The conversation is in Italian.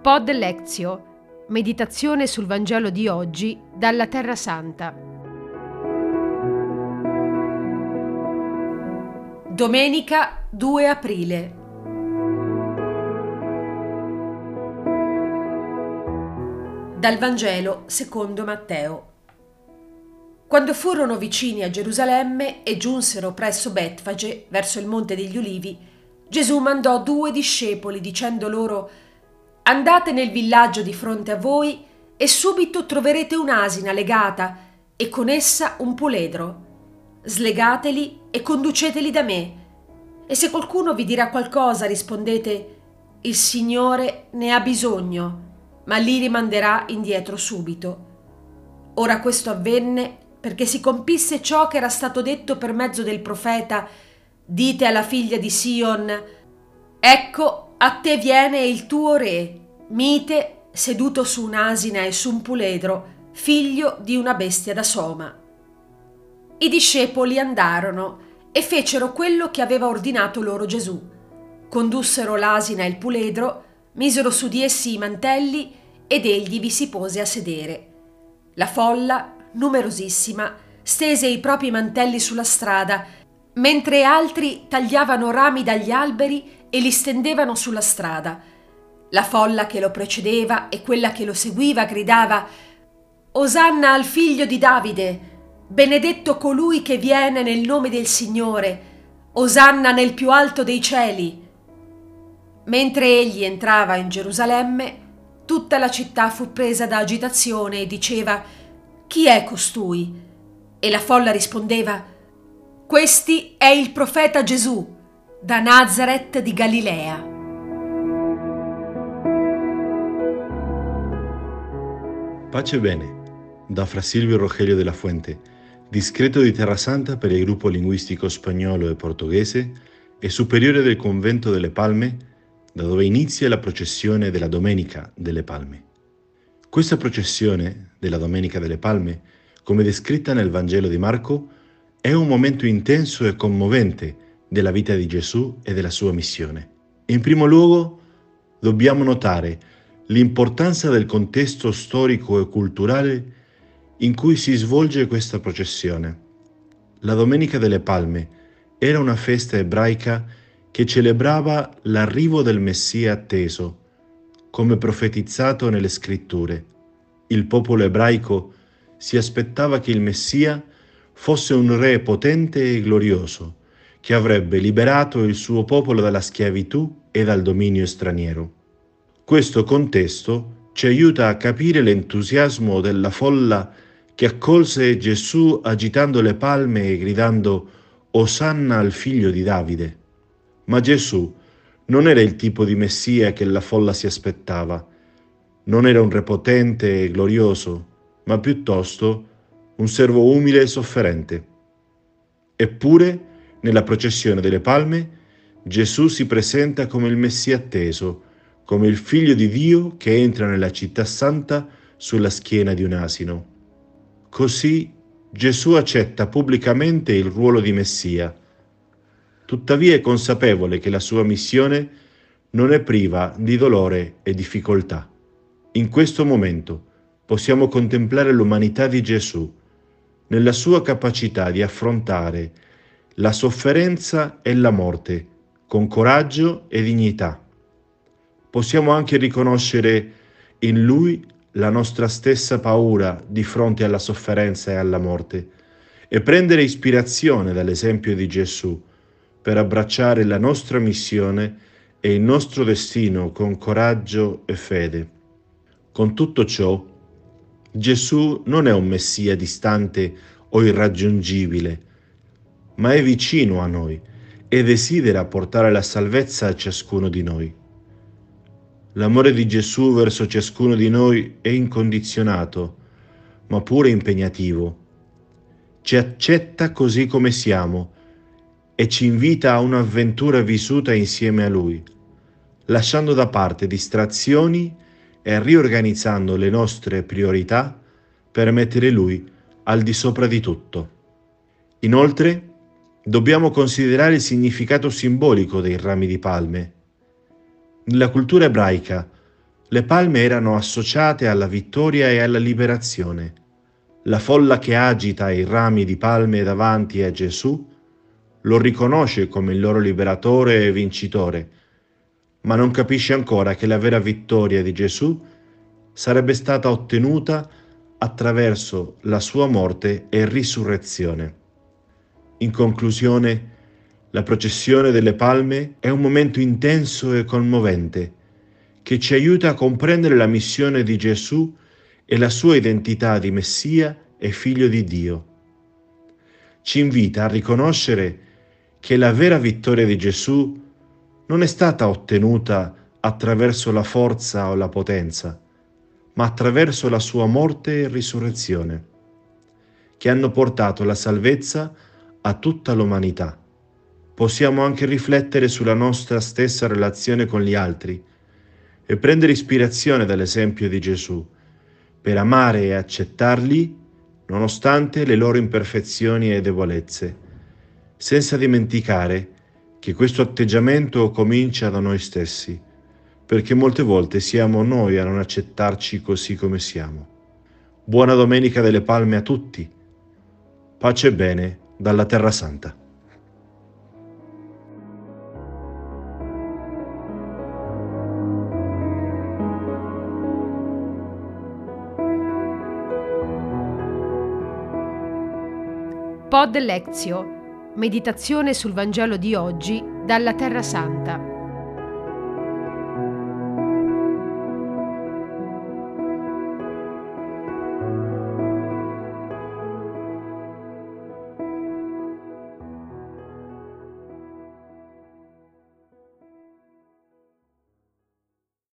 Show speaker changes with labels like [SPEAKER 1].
[SPEAKER 1] Pod Lectio, meditazione sul Vangelo di oggi dalla Terra Santa. Domenica 2 aprile. Dal Vangelo secondo Matteo. Quando furono vicini a Gerusalemme e giunsero presso Betfage, verso il Monte degli Ulivi, Gesù mandò 2 discepoli dicendo loro: «Andate nel villaggio di fronte a voi e subito troverete un'asina legata e con essa un puledro. Slegateli e conduceteli da me. E se qualcuno vi dirà qualcosa, rispondete: il Signore ne ha bisogno, ma li rimanderà indietro subito». Ora questo avvenne perché si compisse ciò che era stato detto per mezzo del profeta: «Dite alla figlia di Sion: ecco, a te viene il tuo re, mite, seduto su un'asina e su un puledro, figlio di una bestia da soma». I discepoli andarono e fecero quello che aveva ordinato loro Gesù. Condussero l'asina e il puledro, misero su di essi i mantelli ed egli vi si pose a sedere. La folla, numerosissima, stese i propri mantelli sulla strada, mentre altri tagliavano rami dagli alberi e li stendevano sulla strada. La folla che lo precedeva e quella che lo seguiva gridava: «Osanna al figlio di Davide! Benedetto colui che viene nel nome del Signore! Osanna nel più alto dei cieli!» Mentre egli entrava in Gerusalemme, tutta la città fu presa da agitazione e diceva: «Chi è costui?» E la folla rispondeva: «Questi è il profeta Gesù, da Nazaret di Galilea».
[SPEAKER 2] Pace e bene, da Fra Silvio Rogelio della Fuente, discreto di Terra Santa per il gruppo linguistico spagnolo e portoghese e superiore del convento delle Palme, da dove inizia la processione della Domenica delle Palme. Questa processione della Domenica delle Palme, come descritta nel Vangelo di Marco, è un momento intenso e commovente della vita di Gesù e della sua missione. In primo luogo, dobbiamo notare l'importanza del contesto storico e culturale in cui si svolge questa processione. La Domenica delle Palme era una festa ebraica che celebrava l'arrivo del Messia atteso, come profetizzato nelle Scritture. Il popolo ebraico si aspettava che il Messia fosse un re potente e glorioso, che avrebbe liberato il suo popolo dalla schiavitù e dal dominio straniero. Questo contesto ci aiuta a capire l'entusiasmo della folla che accolse Gesù agitando le palme e gridando «Osanna al figlio di Davide». Ma Gesù non era il tipo di Messia che la folla si aspettava. Non era un re potente e glorioso, ma piuttosto un servo umile e sofferente. Eppure, nella processione delle palme, Gesù si presenta come il Messia atteso, come il Figlio di Dio che entra nella città santa sulla schiena di un asino. Così Gesù accetta pubblicamente il ruolo di Messia. Tuttavia è consapevole che la sua missione non è priva di dolore e difficoltà. In questo momento possiamo contemplare l'umanità di Gesù, nella sua capacità di affrontare la sofferenza e la morte con coraggio e dignità. Possiamo anche riconoscere in Lui la nostra stessa paura di fronte alla sofferenza e alla morte e prendere ispirazione dall'esempio di Gesù per abbracciare la nostra missione e il nostro destino con coraggio e fede. Con tutto ciò, Gesù non è un Messia distante o irraggiungibile, ma è vicino a noi e desidera portare la salvezza a ciascuno di noi. L'amore di Gesù verso ciascuno di noi è incondizionato, ma pure impegnativo. Ci accetta così come siamo e ci invita a un'avventura vissuta insieme a Lui, lasciando da parte distrazioni e riorganizzando le nostre priorità per mettere Lui al di sopra di tutto. Inoltre, dobbiamo considerare il significato simbolico dei rami di palme. Nella cultura ebraica, Le palme erano associate alla vittoria e alla liberazione. La folla che agita i rami di palme davanti a Gesù lo riconosce come il loro liberatore e vincitore, ma non capisce ancora che la vera vittoria di Gesù sarebbe stata ottenuta attraverso la sua morte e risurrezione. In conclusione, la processione delle palme è un momento intenso e commovente che ci aiuta a comprendere la missione di Gesù e la sua identità di Messia e Figlio di Dio. Ci invita a riconoscere che la vera vittoria di Gesù non è stata ottenuta attraverso la forza o la potenza, ma attraverso la sua morte e risurrezione, che hanno portato la salvezza a tutta l'umanità. Possiamo anche riflettere sulla nostra stessa relazione con gli altri e prendere ispirazione dall'esempio di Gesù per amare e accettarli nonostante le loro imperfezioni e debolezze, senza dimenticare che questo atteggiamento comincia da noi stessi, perché molte volte siamo noi a non accettarci così come siamo. Buona Domenica delle Palme a tutti. Pace e bene dalla Terra Santa.
[SPEAKER 1] Pod Lectio. Meditazione sul Vangelo di oggi dalla Terra Santa.